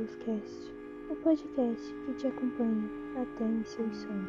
Cast, o podcast que te acompanha até em seus sonhos.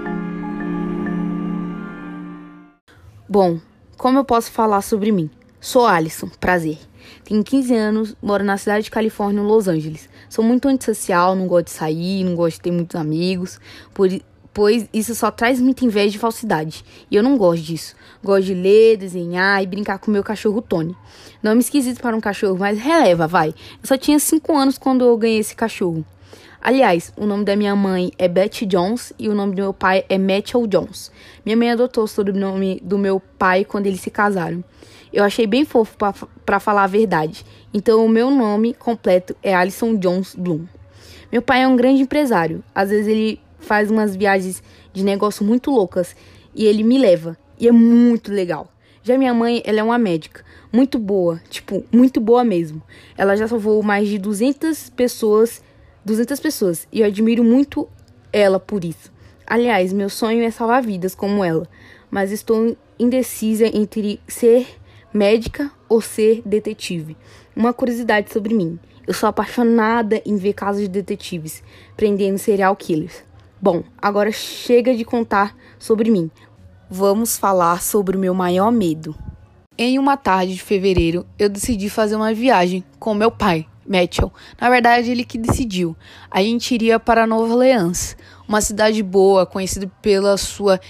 Bom, como eu posso falar sobre mim? Sou Alisson, prazer. Tenho 15 anos, moro na cidade de Califórnia, Los Angeles. Sou muito antissocial, não gosto de sair, não gosto de ter muitos amigos, pois isso só traz muita inveja e falsidade. E eu não gosto disso. Gosto de ler, desenhar e brincar com meu cachorro Tony. Nome esquisito para um cachorro, mas releva, vai. Eu só tinha 5 anos quando eu ganhei esse cachorro. Aliás, o nome da minha mãe é Betty Jones e o nome do meu pai é Matthew Jones. Minha mãe adotou o sobrenome do meu pai quando eles se casaram. Eu achei bem fofo pra falar a verdade. Então o meu nome completo é Alisson Jones Bloom. Meu pai é um grande empresário. Às vezes ele faz umas viagens de negócio muito loucas e ele me leva. E é muito legal. Já minha mãe, ela é uma médica. Muito boa. Muito boa mesmo. Ela já salvou mais de 200 pessoas. E eu admiro muito ela por isso. Aliás, meu sonho é salvar vidas como ela. Mas estou indecisa entre ser médica ou ser detetive. Uma curiosidade sobre mim. Eu sou apaixonada em ver casos de detetives prendendo serial killers. Bom, agora chega de contar sobre mim. Vamos falar sobre o meu maior medo. Em uma tarde de fevereiro, eu decidi fazer uma viagem com meu pai, Matthew. Na verdade, ele que decidiu. A gente iria para Nova Orleans, uma cidade boa, conhecida pela sua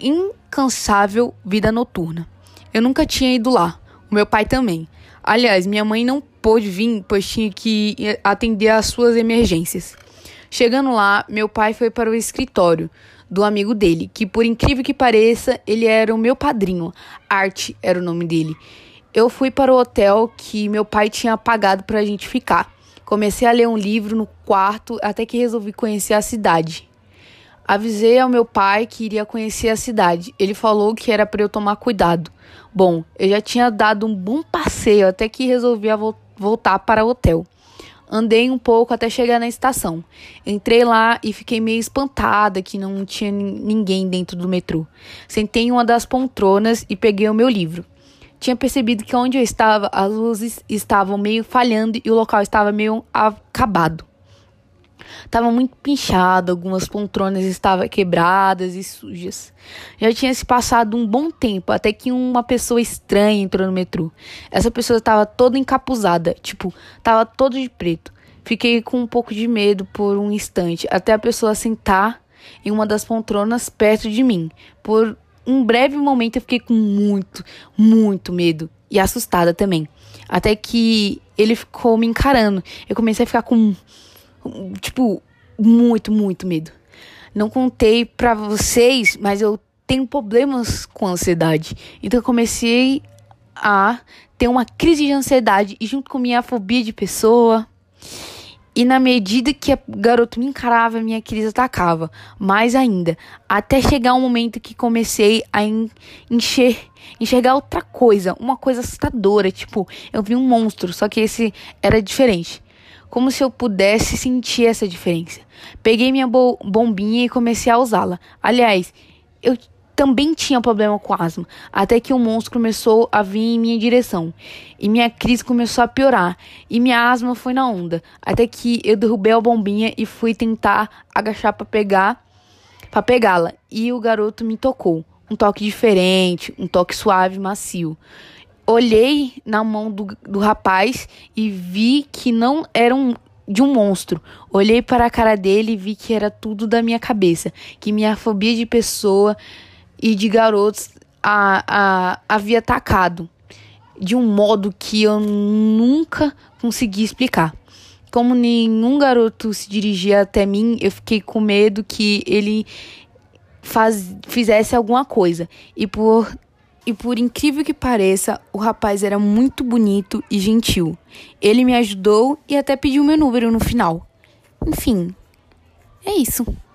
incansável vida noturna. Eu nunca tinha ido lá. O meu pai também. Aliás, minha mãe não pôde vir, pois tinha que atender às suas emergências. Chegando lá, meu pai foi para o escritório do amigo dele, que por incrível que pareça, ele era o meu padrinho. Art era o nome dele. Eu fui para o hotel que meu pai tinha pagado para a gente ficar. Comecei a ler um livro no quarto até que resolvi conhecer a cidade. Avisei ao meu pai que iria conhecer a cidade. Ele falou que era para eu tomar cuidado. Bom, eu já tinha dado um bom passeio até que resolvi voltar para o hotel. Andei um pouco até chegar na estação. Entrei lá e fiquei meio espantada que não tinha ninguém dentro do metrô. Sentei em uma das poltronas e peguei o meu livro. Tinha percebido que onde eu estava, as luzes estavam meio falhando e o local estava meio acabado. Estava muito pinchado, algumas poltronas estavam quebradas e sujas. Já tinha se passado um bom tempo, até que uma pessoa estranha entrou no metrô. Essa pessoa estava toda encapuzada, estava toda de preto. Fiquei com um pouco de medo por um instante, até a pessoa sentar em uma das poltronas perto de mim. Por um breve momento eu fiquei com muito medo e assustada também. Até que ele ficou me encarando. Eu comecei a ficar com muito medo. Não contei pra vocês, mas eu tenho problemas com ansiedade. Então eu comecei a ter uma crise de ansiedade e junto com minha fobia de pessoa. E na medida que o garoto me encarava, minha crise atacava. Mais ainda. Até chegar um momento que comecei a enxergar outra coisa. Uma coisa assustadora. Eu vi um monstro, só que esse era diferente. Como se eu pudesse sentir essa diferença. Peguei minha bombinha e comecei a usá-la. Aliás, eu também tinha problema com asma. Até que o monstro começou a vir em minha direção. E minha crise começou a piorar. E minha asma foi na onda. Até que eu derrubei a bombinha e fui tentar agachar para pegá-la. E o garoto me tocou. Um toque diferente, um toque suave e macio. Olhei na mão do rapaz e vi que não era de um monstro. Olhei para a cara dele e vi que era tudo da minha cabeça. Que minha fobia de pessoa e de garotos havia atacado. De um modo que eu nunca consegui explicar. Como nenhum garoto se dirigia até mim, eu fiquei com medo que ele fizesse alguma coisa. E por incrível que pareça, o rapaz era muito bonito e gentil. Ele me ajudou e até pediu meu número no final. Enfim, é isso.